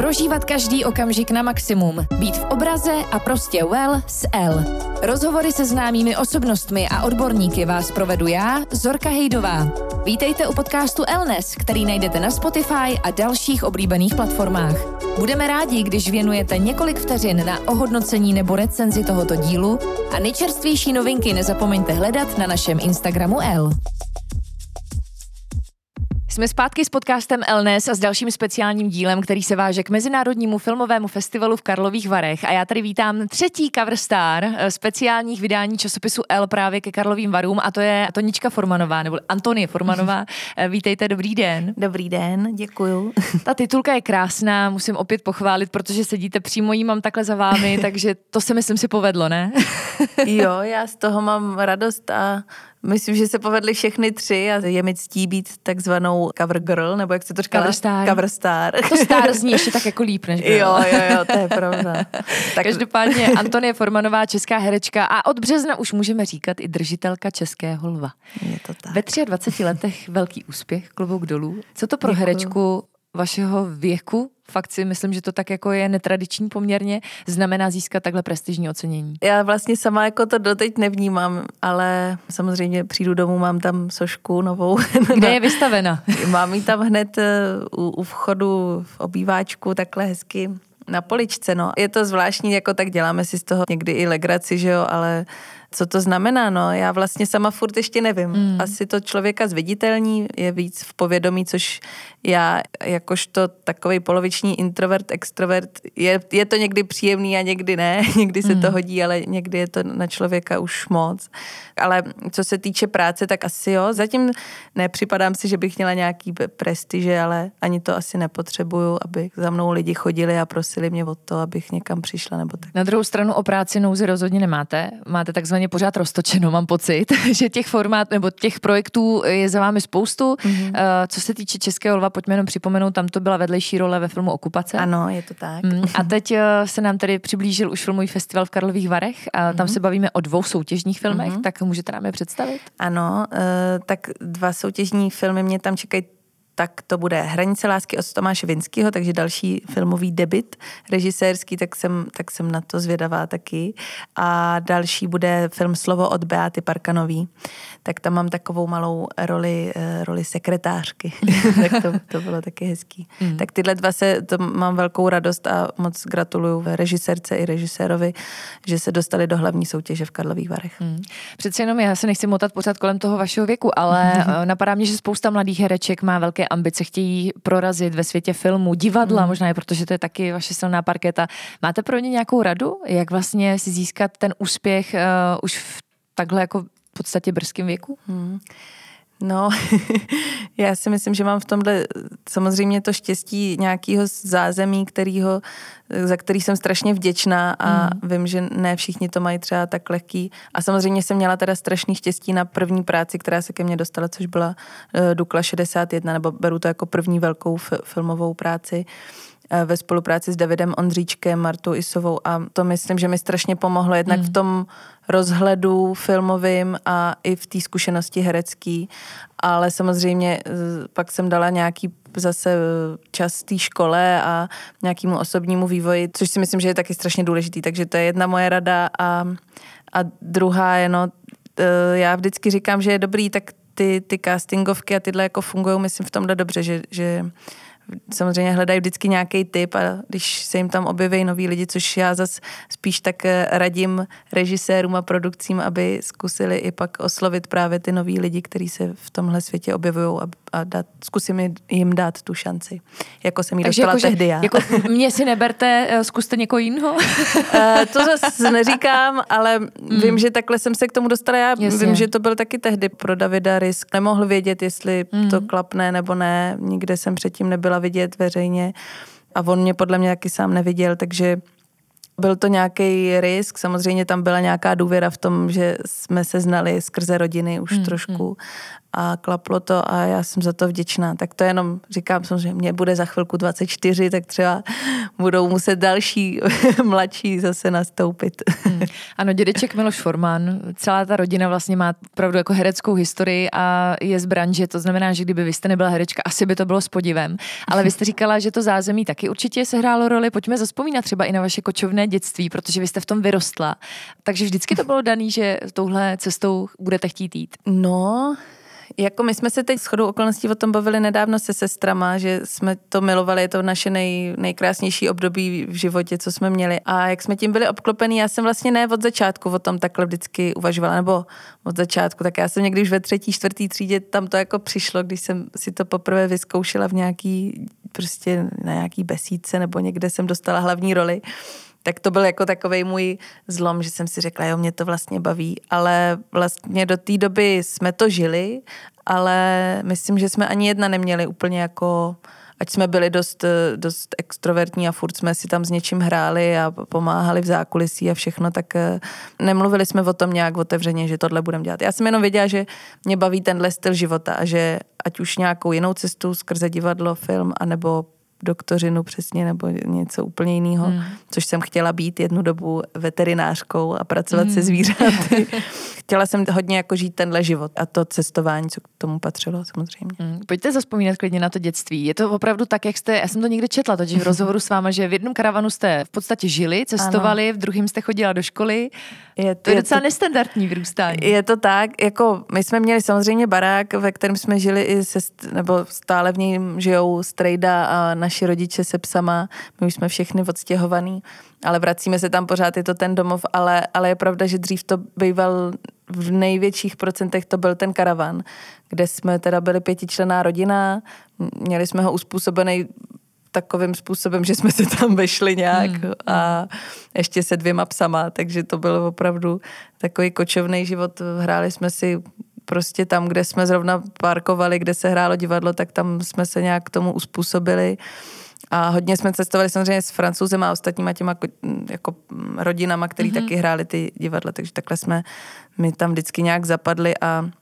Prožívat každý okamžik na maximum. Být v obraze a prostě well s L. Rozhovory se známými osobnostmi a odborníky vás provedu já, Zorka Hejdová. Vítejte u podcastu L.ness, který najdete na Spotify a dalších oblíbených platformách. Budeme rádi, když věnujete několik vteřin na ohodnocení nebo recenzi tohoto dílu a nejčerstvější novinky nezapomeňte hledat na našem Instagramu L. Jsme zpátky s podcastem L.ness a s dalším speciálním dílem, který se váže k Mezinárodnímu filmovému festivalu v Karlových Varech. A já tady vítám třetí cover star speciálních vydání časopisu L právě ke Karlovým Varům, a to je Tonička Formanová, nebo Antonie Formanová. Vítejte, dobrý den. Dobrý den, děkuju. Ta titulka je krásná, musím opět pochválit, protože sedíte přímo, jí mám takhle za vámi, takže to se myslím si povedlo, ne? Jo, já z toho mám radost a myslím, že se povedly všechny tři a je mi ctí být takzvanou cover girl, nebo jak se to říká? Cover star. To star zní ještě tak jako líp, než bylo. Jo, to je pravda. Tak... Každopádně Antonie Formanová, česká herečka a od března už můžeme říkat i držitelka Českého lva. Je to tak. Ve 23 letech velký úspěch, klobouk dolů. Co to pro herečku vašeho věku, fakt si myslím, že to tak jako je netradiční poměrně, znamená získat takhle prestižní ocenění? Já vlastně sama jako to doteď nevnímám, ale samozřejmě přijdu domů, mám tam sošku novou. Kde je vystavena? Mám ji tam hned u vchodu v obýváčku, takhle hezky na poličce, no. Je to zvláštní, jako tak děláme si z toho někdy i legraci, že jo, ale co to znamená, no, já vlastně sama furt ještě nevím. Asi to člověka zviditelní, je víc v povědomí, což já jakožto takovej poloviční introvert, extrovert, je to někdy příjemný a někdy ne, někdy se to hodí, ale někdy je to na člověka už moc. Ale co se týče práce, tak asi jo, zatím nepřipadám si, že bych měla nějaký prestiže, ale ani to asi nepotřebuju, aby za mnou lidi chodili a prosili mě o to, abych někam přišla nebo tak. Na druhou stranu o práci nouzy rozhodně nemáte, máte takzvaně pořád roztočeno, mám pocit, že těch formát nebo těch projektů je za vámi spoustu. Co se týče Českého lva, pojďme jenom připomenout, tam to byla vedlejší role ve filmu Okupace. Ano, je to tak. A teď se nám tady přiblížil už filmový festival v Karlových Varech a tam se bavíme o 2 soutěžních filmech, tak můžete nám je představit? Ano, tak 2 soutěžní filmy mě tam čekají. Tak to bude Hranice lásky od Tomáše Vinského, takže další filmový debut režisérský, tak jsem na to zvědavá taky. A další bude film Slovo od Beáty Parkanový. Tak tam mám takovou malou roli sekretářky. Tak to bylo taky hezký. Tak tyhle 2 to mám velkou radost a moc gratuluju režisérce i režisérovi, že se dostali do hlavní soutěže v Karlových Varech. Přece jenom já se nechci motat pořád kolem toho vašeho věku, ale napadá mě, že spousta mladých hereček má velké ambice, chtějí prorazit ve světě filmu, divadla, možná je, protože to je taky vaše silná parketa. Máte pro ně nějakou radu, jak vlastně si získat ten úspěch už v takhle jako v podstatě brzkém věku? No, já si myslím, že mám v tomhle samozřejmě to štěstí nějakého zázemí, za který jsem strašně vděčná a vím, že ne všichni to mají třeba tak lehký. A samozřejmě jsem měla teda strašný štěstí na první práci, která se ke mně dostala, což byla Dukla 61, nebo beru to jako první velkou filmovou práci ve spolupráci s Davidem Ondříčkem, Martou Isovou, a to myslím, že mi strašně pomohlo jednak v tom rozhledu filmovým a i v té zkušenosti herecký, ale samozřejmě pak jsem dala nějaký zase čas té škole a nějakému osobnímu vývoji, což si myslím, že je taky strašně důležitý, takže to je jedna moje rada a druhá je, no, já vždycky říkám, že je dobrý, tak ty castingovky a tyhle jako fungují, myslím, v tomhle dobře, že samozřejmě hledají vždycky nějaký tip a když se jim tam objeví noví lidi, což já zas spíš tak radím režisérům a produkcím, aby zkusili i pak oslovit právě ty noví lidi, kteří se v tomhle světě objevují a zkusím jim dát tu šanci. Jako jsem ji dostala tehdy já. Jako mě si neberte, zkuste někoho jiného? To zase neříkám, ale vím, že takhle jsem se k tomu dostala já. Jasně. Vím, že to byl taky tehdy pro Davida risk. Nemohl vědět, jestli to klapne nebo ne. Nikde jsem předtím nebyla vidět veřejně a on mě podle mě taky sám neviděl, takže byl to nějaký risk, samozřejmě tam byla nějaká důvěra v tom, že jsme se znali skrze rodiny už trošku a klaplo to a já jsem za to vděčná. Tak to jenom říkám, samozřejmě mě bude za chvilku 24, tak třeba budou muset další mladší zase nastoupit. Ano, dědeček Miloš Forman, celá ta rodina vlastně má opravdu jako hereckou historii a je z branže, to znamená, že kdyby vy jste nebyla herečka, asi by to bylo s podivem. Ale vy jste říkala, že to zázemí taky určitě sehrálo roli. Pojďme zazpomínat třeba i na vaše kočovné dětství, protože vy jste v tom vyrostla. Takže vždycky to bylo daný, že touhle cestou budete chtít jít. No, jako my jsme se teď shodou okolností o tom bavili nedávno se sestrama, že jsme to milovali, je to naše nejkrásnější období v životě, co jsme měli. A jak jsme tím byli obklopení, já jsem vlastně ne od začátku o tom takhle vždycky uvažovala, nebo od začátku, tak já jsem někdy už ve 3., 4. třídě tam to jako přišlo, když jsem si to poprvé vyzkoušela v nějaký, prostě na nějaký besídce, nebo někde jsem dostala hlavní roli. Tak to byl jako takovej můj zlom, že jsem si řekla, jo, mě to vlastně baví, ale vlastně do té doby jsme to žili, ale myslím, že jsme ani jedna neměli úplně jako, ať jsme byli dost extrovertní a furt jsme si tam s něčím hráli a pomáhali v zákulisí a všechno, tak nemluvili jsme o tom nějak otevřeně, že tohle budeme dělat. Já jsem jenom věděla, že mě baví tenhle styl života a že ať už nějakou jinou cestu skrze divadlo, film, anebo doktorinu přesně, nebo něco úplně jiného, což jsem chtěla být jednu dobu veterinářkou a pracovat se zvířaty. Chtěla jsem hodně jako žít tenhle život a to cestování, co k tomu patřilo samozřejmě. Pojďte zazpomínat klidně na to dětství. Je to opravdu tak, jak jste, já jsem to někde četla, totiž v rozhovoru s váma, že v jednom karavanu jste v podstatě žili, cestovali, ano. V druhém jste chodila do školy. To je docela nestandardní vyrůstání. Je to tak, jako my jsme měli samozřejmě barák, ve kterém jsme žili i nebo stále v něm žijou strejda a naši rodiče se psama, my už jsme všechny odstěhovaný, ale vracíme se tam pořád, je to ten domov, ale je pravda, že dřív to býval v největších procentech to byl ten karavan, kde jsme teda byli 5členná rodina, měli jsme ho uspůsobený takovým způsobem, že jsme se tam vešli nějak a ještě se 2 psama, takže to byl opravdu takový kočovný život, hráli jsme si prostě tam, kde jsme zrovna parkovali, kde se hrálo divadlo, tak tam jsme se nějak k tomu uspůsobili. A hodně jsme cestovali samozřejmě s Francouzem a ostatníma těma jako rodinama, který taky hráli ty divadla, takže takhle jsme my tam vždycky nějak zapadli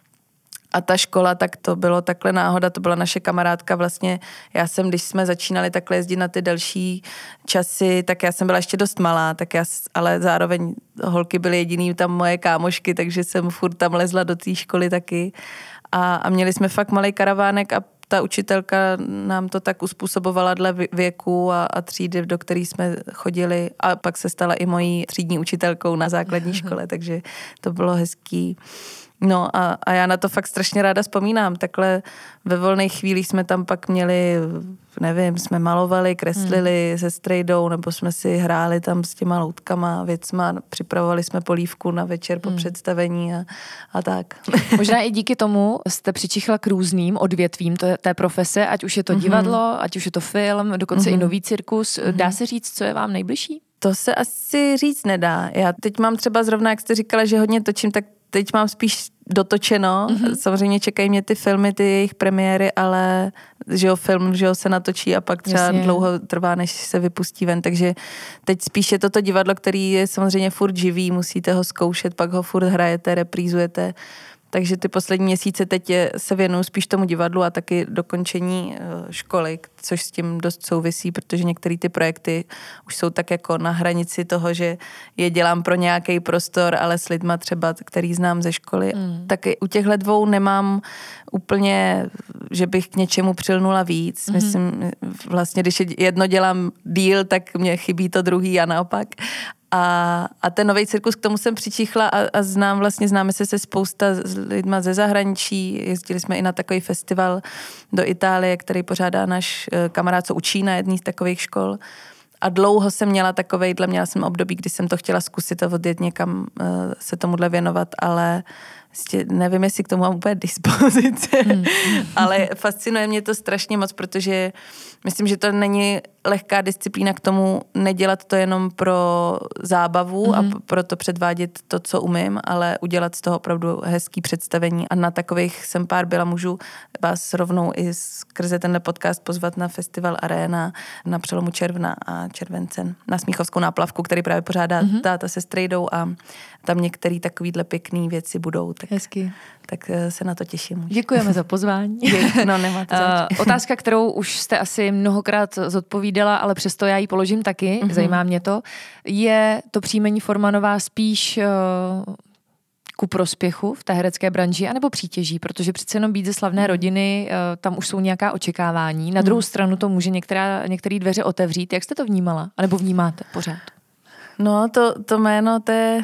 a ta škola, tak to bylo takhle náhoda, to byla naše kamarádka vlastně, když jsme začínali takhle jezdit na ty další časy, tak já jsem byla ještě dost malá, ale zároveň holky byly jediný tam moje kámošky, takže jsem furt tam lezla do té školy taky a měli jsme fakt malej karavánek a ta učitelka nám to tak uspůsobovala dle věku a třídy, do které jsme chodili a pak se stala i mojí třídní učitelkou na základní škole, takže to bylo hezký. No a já na to fakt strašně ráda vzpomínám. Takhle ve volných chvílích jsme tam pak měli, nevím, jsme malovali, kreslili se strejdou, nebo jsme si hráli tam s těma loutkama, věcma, připravovali jsme polívku na večer po představení a tak. Možná i díky tomu jste přičichla k různým odvětvím té profese, ať už je to divadlo, ať už je to film, dokonce i nový cirkus. Dá se říct, co je vám nejbližší? To se asi říct nedá. Já teď mám třeba zrovna, jak jste říkala, že hodně točím, tak teď mám spíš dotočeno. Samozřejmě čekají mě ty filmy, ty jejich premiéry, ale film se natočí a pak třeba dlouho trvá, než se vypustí ven. Takže teď spíš je toto divadlo, který je samozřejmě furt živý, musíte ho zkoušet, pak ho furt hrajete, reprízujete. Takže ty poslední měsíce teď se věnuju spíš tomu divadlu a taky dokončení školy, což s tím dost souvisí, protože některé ty projekty už jsou tak jako na hranici toho, že je dělám pro nějaký prostor, ale s lidma třeba, který znám ze školy. Taky u těchto 2 nemám úplně, že bych k něčemu přilnula víc. Myslím, vlastně, když jedno dělám díl, tak mě chybí to druhý a naopak. A ten nový cirkus, k tomu jsem přičichla a známe se spousta lidma ze zahraničí, jezdili jsme i na takový festival do Itálie, který pořádá náš kamarád, co učí na jedné z takových škol. A dlouho jsem měla jsem období, kdy jsem to chtěla zkusit a odjet někam se tomuhle věnovat, ale nevím, jestli k tomu mám úplně dispozice, ale fascinuje mě to strašně moc, protože myslím, že to není lehká disciplína k tomu nedělat to jenom pro zábavu a pro to předvádět to, co umím, ale udělat z toho opravdu hezký představení a na takových jsem pár byla, můžu vás rovnou i skrze tenhle podcast pozvat na festival Arena na přelomu června a července na Smíchovskou náplavku, který právě pořádá táta se strejdou a tam některé takovýhle pěkný věci budou. Hezky. Tak se na to těším. Děkujeme za pozvání. No, nemáte zač. Otázka, kterou už jste asi mnohokrát zodpovídala, ale přesto já ji položím taky, zajímá mě to. Je to příjmení Formanová spíš ku prospěchu v té herecké branži, anebo přítěží, protože přece jenom být ze slavné rodiny, tam už jsou nějaká očekávání. Na druhou stranu to může některé dveře otevřít. Jak jste to vnímala? Anebo vnímáte pořád? No, to jméno, to je...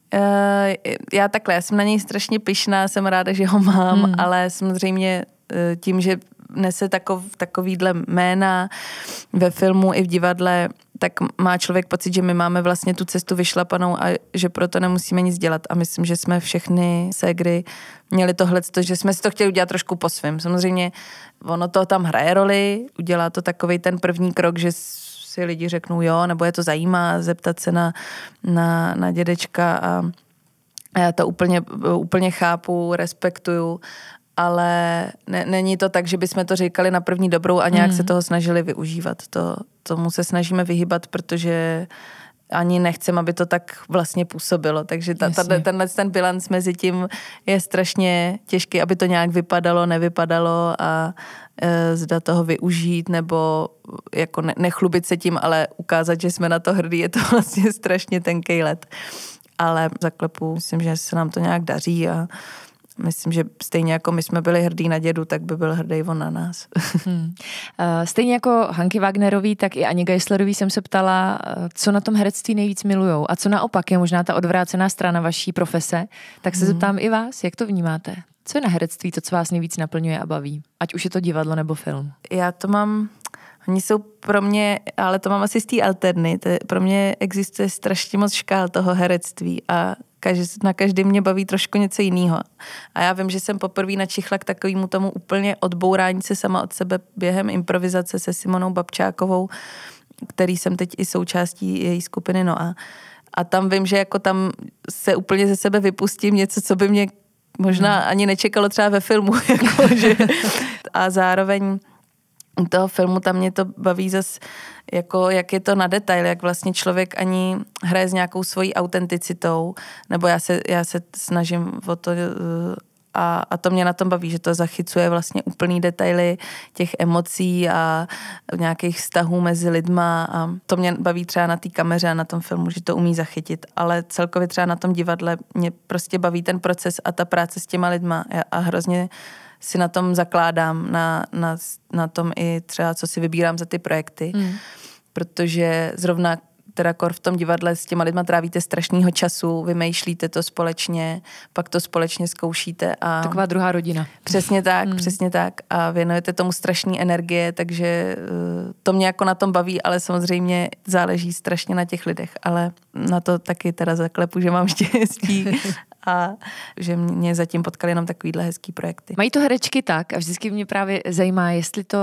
já jsem na něj strašně pyšná, jsem ráda, že ho mám, ale samozřejmě tím, že nese takovýhle jména ve filmu i v divadle, tak má člověk pocit, že my máme vlastně tu cestu vyšlapanou a že proto nemusíme nic dělat. A myslím, že jsme všechny ségry měli tohleto, že jsme si to chtěli udělat trošku po svém. Samozřejmě ono to tam hraje roli, udělá to takovej ten první krok, že si lidi řeknou jo, nebo je to zajímá zeptat se na dědečka a já to úplně chápu, respektuju, ale není to tak, že bychom to říkali na první dobrou a nějak se toho snažili využívat. Tomu se snažíme vyhýbat, protože ani nechcem, aby to tak vlastně působilo. Takže ten bilanc mezi tím je strašně těžký, aby to nějak vypadalo, nevypadalo a zda toho využít nebo jako nechlubit se tím, ale ukázat, že jsme na to hrdí, je to vlastně strašně tenkej led. Ale zaklepu, myslím, že se nám to nějak daří a myslím, že stejně jako my jsme byli hrdí na dědu, tak by byl hrdý on na nás. Stejně jako Hanky Wagnerový, tak i Aně Geislerový jsem se ptala, co na tom herectví nejvíc milujou a co naopak je možná ta odvrácená strana vaší profese. Tak se zeptám i vás, jak to vnímáte? Co je na herectví to, co vás nejvíc naplňuje a baví? Ať už je to divadlo nebo film. Já to mám... Oni jsou pro mě, ale to mám asi z té alterny, pro mě existuje strašně moc škál toho herectví a na každý mě baví trošku něco jiného. A já vím, že jsem poprvé načichla k takovému tomu úplně odbourání se sama od sebe během improvizace se Simonou Babčákovou, který jsem teď i součástí její skupiny Noa. A tam vím, že jako tam se úplně ze sebe vypustím něco, co by mě možná ani nečekalo třeba ve filmu. Jako, že, a zároveň u toho filmu tam mě to baví zas, jako jak je to na detail, jak vlastně člověk ani hraje s nějakou svojí autenticitou, nebo já se snažím o to a to mě na tom baví, že to zachycuje vlastně úplný detaily těch emocí a nějakých vztahů mezi lidma a to mě baví třeba na té kameře a na tom filmu, že to umí zachytit, ale celkově třeba na tom divadle mě prostě baví ten proces a ta práce s těma lidma a hrozně si na tom zakládám, na tom i třeba, co si vybírám za ty projekty, protože zrovna teda v tom divadle s těma lidma trávíte strašnýho času, vymýšlíte to společně, pak to společně zkoušíte. A taková druhá rodina. Přesně tak a věnujete tomu strašný energie, takže to mě jako na tom baví, ale samozřejmě záleží strašně na těch lidech, ale na to taky teda zaklepu, že mám štěstí a že mě zatím potkali jenom takovýhle hezký projekty. Mají to herečky tak a vždycky mě právě zajímá, jestli to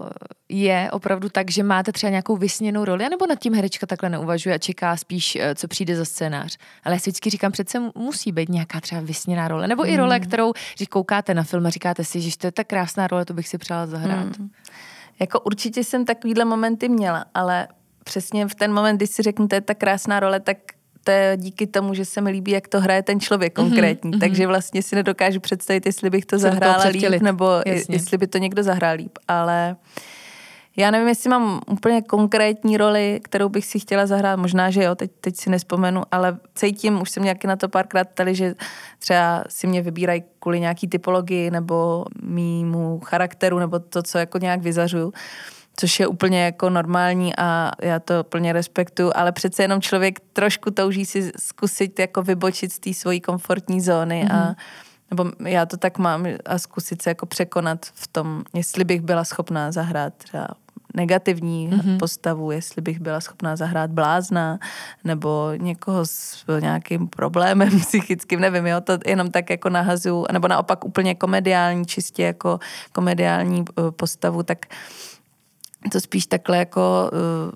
je opravdu tak, že máte třeba nějakou vysněnou roli, anebo nad tím herečka takhle neuvažuje a čeká spíš, co přijde za scénář. Ale já si vždycky říkám, přece musí být nějaká třeba vysněná role, nebo i role, kterou, že koukáte na film a říkáte si, že to je tak krásná role, to bych si přála zahrát. Jako určitě jsem takovýhle momenty měla, ale přesně v ten moment, kdy si řeknu, to je ta krásná role, tak to je díky tomu, že se mi líbí, jak to hraje ten člověk konkrétní. Takže vlastně si nedokážu představit, jestli bych to zahrála líp, nebo jestli by to někdo zahrál líp. Ale já nevím, jestli mám úplně konkrétní roli, kterou bych si chtěla zahrát. Možná, že jo, teď si nespomenu, ale cítím, už jsem nějaký na to párkrát ptali, že třeba si mě vybírají kvůli nějaký typologii nebo mýmu charakteru, nebo to, co jako nějak vyzařuju. Což je úplně jako normální a já to plně respektuju, ale přece jenom člověk trošku touží si zkusit jako vybočit z té svojí komfortní zóny a nebo já to tak mám a zkusit se jako překonat v tom, jestli bych byla schopná zahrát třeba negativní postavu, jestli bych byla schopná zahrát blázna nebo někoho s nějakým problémem psychickým, nevím, jo, to jenom tak jako nahazuju, nebo naopak úplně komediální, čistě jako komediální postavu, tak to spíš takhle jako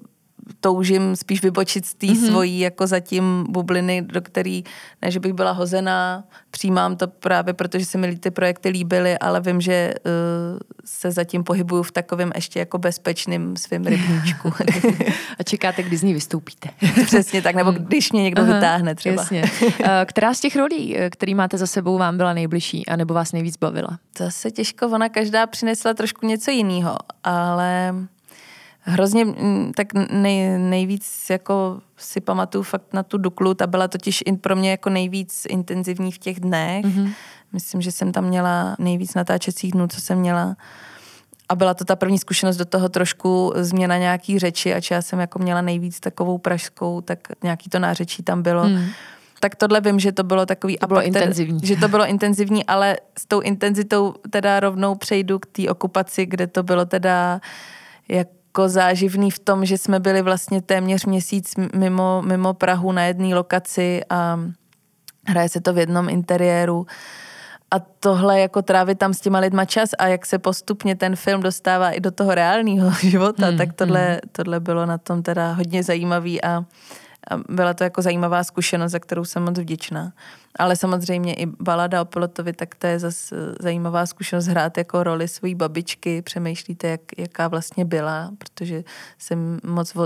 toužím spíš vybočit z té svojí jako zatím bubliny, do který, ne, že bych byla hozená, přijímám to právě, protože se mi ty projekty líbily, ale vím, že se zatím pohybuju v takovém ještě jako bezpečným svým rybníčku. A čekáte, kdy z ní vystoupíte. Přesně tak, nebo když mě někdo vytáhne třeba. Jasně. Která z těch rolí, který máte za sebou, vám byla nejbližší a nebo vás nejvíc bavila? To se těžko, ona každá přinesla trošku něco jiného, ale hrozně, tak nejvíc jako si pamatuju fakt na tu Duklu, ta byla totiž pro mě jako nejvíc intenzivní v těch dnech. Myslím, že jsem tam měla nejvíc natáčecích dnů, co jsem měla. A byla to ta první zkušenost do toho trošku změna nějaký řeči, ač já jsem jako měla nejvíc takovou pražskou, tak nějaký to nářečí tam bylo. Tak tohle vím, že to bylo takový... To bylo intenzivní. Že to bylo intenzivní, ale s tou intenzitou teda rovnou přejdu k té okupaci, kde to bylo teda jako záživný v tom, že jsme byli vlastně téměř měsíc mimo Prahu na jedné lokaci a hraje se to v jednom interiéru. A tohle jako trávit tam s těma lidma čas a jak se postupně ten film dostává i do toho reálného života, tak tohle bylo na tom teda hodně zajímavý a byla to jako zajímavá zkušenost, za kterou jsem moc vděčná. Ale samozřejmě i Balada o pilotovi, tak to je zase zajímavá zkušenost hrát jako roli svojí babičky. Přemýšlíte, jaká vlastně byla, protože jsem moc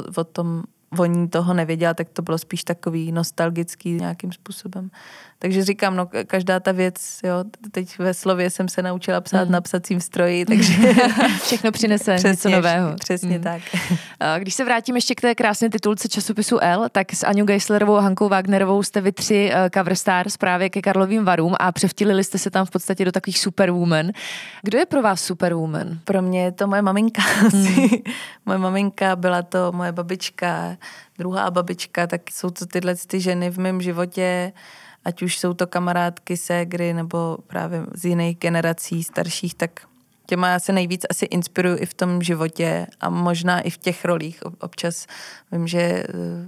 o ní toho nevěděla, tak to bylo spíš takový nostalgický nějakým způsobem. Takže říkám, no každá ta věc, jo, teď ve slově jsem se naučila psát na psacím stroji, takže všechno přinese něco nového. Přesně tak. Když se vrátím ještě k té krásné titulce časopisu L, tak s Aňou Geislerovou a Hankou Wagnerovou jste vy 3 cover stars právě ke Karlovým Varům a převtilili jste se tam v podstatě do takových superwoman. Kdo je pro vás superwoman? Pro mě je to moje maminka. Moje maminka, byla to moje babička, druhá babička, tak jsou to tyhle ty ženy v mém životě, ať už jsou to kamarádky, ségry nebo právě z jiných generací starších, tak těma já se nejvíc asi inspiruju i v tom životě a možná i v těch rolích. Občas vím, že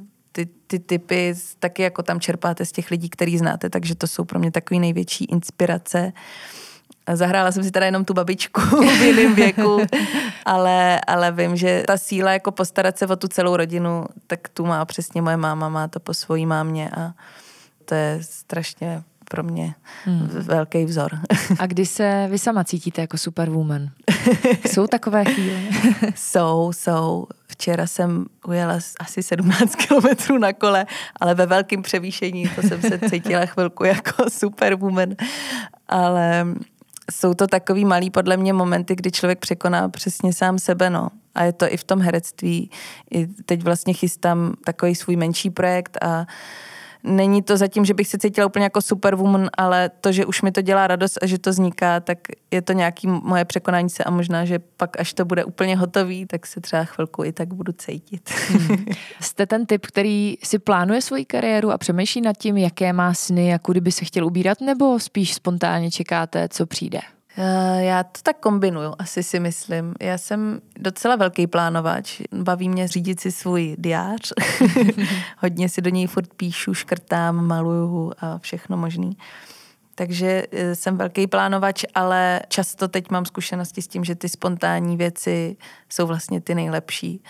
ty typy taky jako tam čerpáte z těch lidí, který znáte, takže to jsou pro mě takový největší inspirace. Zahrála jsem si teda jenom tu babičku v jiném věku, ale vím, že ta síla jako postarat se o tu celou rodinu, tak tu má přesně moje máma, má to po svojí mámě a to je strašně pro mě velký vzor. A kdy se vy sama cítíte jako superwoman? Jsou takové chvíle? Jsou. Včera jsem ujela asi 17 kilometrů na kole, ale ve velkém převýšení, to jsem se cítila chvilku jako superwoman, ale jsou to takový malý podle mě momenty, kdy člověk překoná přesně sám sebe, no. A je to i v tom herectví. I teď vlastně chystám takový svůj menší projekt a není to zatím, že bych se cítila úplně jako superwoman, ale to, že už mi to dělá radost a že to vzniká, tak je to nějaký moje překonání se a možná, že pak, až to bude úplně hotový, tak se třeba chvilku i tak budu cítit. Jste ten typ, který si plánuje svoji kariéru a přemýšlí nad tím, jaké má sny a kudy by se chtěl ubírat, nebo spíš spontánně čekáte, co přijde? Já to tak kombinuju, asi si myslím. Já jsem docela velký plánovač. Baví mě řídit si svůj diář. Hodně si do něj furt píšu, škrtám, maluju a všechno možný. Takže jsem velký plánovač, ale často teď mám zkušenosti s tím, že ty spontánní věci jsou vlastně ty nejlepší.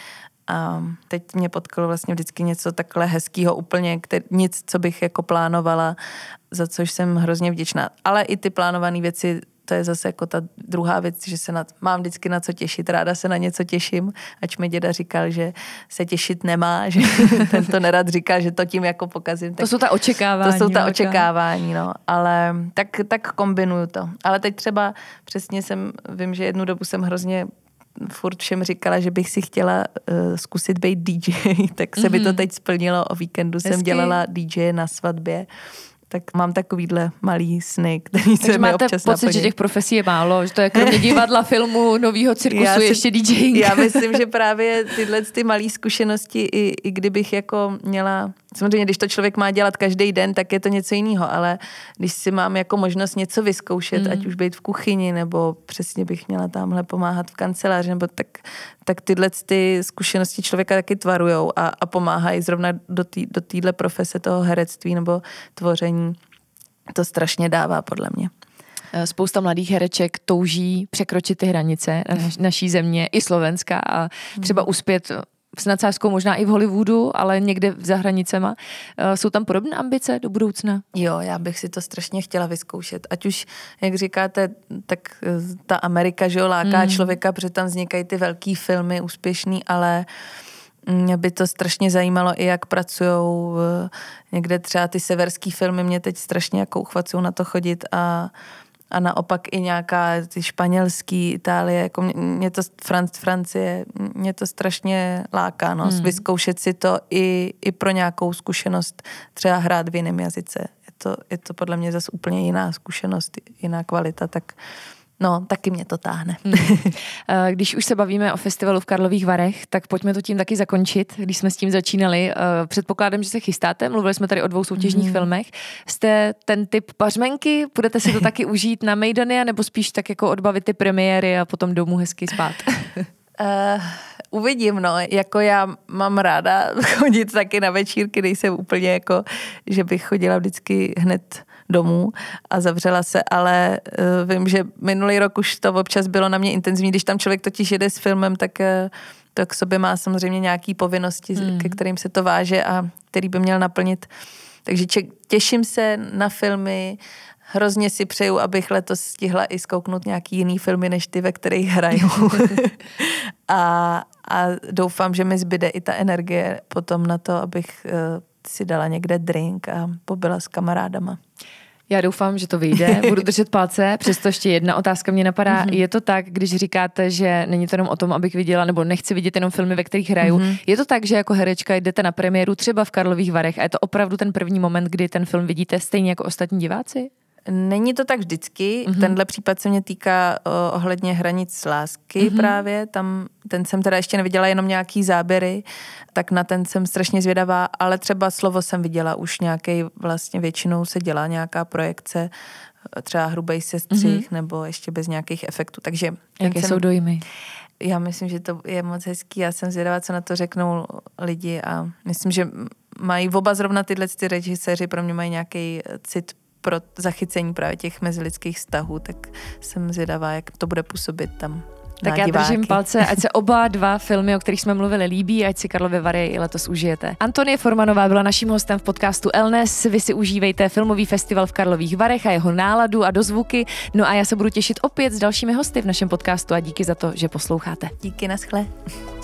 A teď mě potkalo vlastně vždycky něco takhle hezkýho úplně, nic, co bych jako plánovala, za což jsem hrozně vděčná. Ale i ty plánované věci, to je zase jako ta druhá věc, že se mám vždycky na co těšit, ráda se na něco těším, ač mi děda říkal, že se těšit nemá, že ten to nerad říkal, že to tím jako pokazím. To jsou ta očekávání. To jsou ta očekávání, no, ale tak kombinuju to. Ale teď třeba přesně vím, že jednu dobu jsem hrozně furt všem říkala, že bych si chtěla zkusit být DJ, tak se mi to teď splnilo, o víkendu jsem dělala DJ na svatbě. Tak mám takovýhle malý sny, který se mi občas naplní. Takže máte pocit, že těch profesí je málo, že to je kromě divadla, filmu, novýho cirkusu ještě DJing. Já myslím, že právě tyhle ty malé zkušenosti, i kdybych jako měla, samozřejmě, když to člověk má dělat každý den, tak je to něco jiného, ale když si mám jako možnost něco vyzkoušet, ať už být v kuchyni, nebo přesně bych měla tamhle pomáhat v kanceláři, nebo tak tyhle ty zkušenosti člověka taky tvarujou a pomáhají zrovna do téhle profese toho herectví nebo tvoření. To strašně dává podle mě. Spousta mladých hereček touží překročit ty hranice naší země i Slovenska a třeba uspět s nadsázkou možná i v Hollywoodu, ale někde za hranicema. Jsou tam podobné ambice do budoucna? Jo, já bych si to strašně chtěla vyzkoušet. Ať už, jak říkáte, tak ta Amerika, že jo, láká člověka, protože tam vznikají ty velký filmy úspěšný, ale mě by to strašně zajímalo i jak pracujou někde třeba ty severský filmy, mě teď strašně jako uchvacují na to chodit a naopak i nějaká ty španělský, Itálie, jako mě to Francie, mě to strašně láká, no, vyzkoušet si to i pro nějakou zkušenost, třeba hrát v jiném jazyce. Je to podle mě zase úplně jiná zkušenost, jiná kvalita, tak no, taky mě to táhne. Když už se bavíme o festivalu v Karlových Varech, tak pojďme to tím taky zakončit, když jsme s tím začínali. Předpokládám, že se chystáte, mluvili jsme tady o 2 soutěžních filmech. Jste ten typ pařmenky, budete si to taky užít na mejdany, nebo spíš tak jako odbavit ty premiéry a potom domů hezky spát? Uvidím, no, jako já mám ráda chodit taky na večírky, nejsem úplně jako, že bych chodila vždycky hned domů a zavřela se, ale vím, že minulý rok už to občas bylo na mě intenzivní, když tam člověk totiž jede s filmem, tak to k sobě má samozřejmě nějaký povinnosti, ke kterým se to váže a který by měl naplnit. Takže těším se na filmy, hrozně si přeju, abych letos stihla i zkouknout nějaký jiný filmy, než ty, ve kterých hraju. a doufám, že mi zbyde i ta energie potom na to, abych si dala někde drink a pobyla s kamarádama. Já doufám, že to vyjde, budu držet palce, přesto ještě jedna otázka mě napadá. Je to tak, když říkáte, že není to jenom o tom, abych viděla, nebo nechci vidět jenom filmy, ve kterých hraju, je to tak, že jako herečka jdete na premiéru třeba v Karlových Varech a je to opravdu ten první moment, kdy ten film vidíte stejně jako ostatní diváci? Není to tak vždycky. Tenhle případ se mě týká ohledně Hranic lásky právě. Ten jsem teda ještě neviděla, jenom nějaký záběry, tak na ten jsem strašně zvědavá, ale třeba Slovo jsem viděla už nějaký, vlastně většinou se dělá nějaká projekce, třeba hrubej sestřih nebo ještě bez nějakých efektů. Takže jaké jsou dojmy? Já myslím, že to je moc hezký. Já jsem zvědavá, co na to řeknou lidi a myslím, že mají oba zrovna tyhle režiséři, pro mě mají nějaký cit pro zachycení právě těch mezilidských vztahů, tak jsem zvědavá, jak to bude působit tam. Tak já držím palce, ať se oba 2 filmy, o kterých jsme mluvili, líbí, ať si Karlovy Vary i letos užijete. Antonie Formanová byla naším hostem v podcastu Elnes. Vy si užívejte filmový festival v Karlových Varech a jeho náladu a dozvuky. No a já se budu těšit opět s dalšími hosty v našem podcastu a díky za to, že posloucháte. Díky, naschle.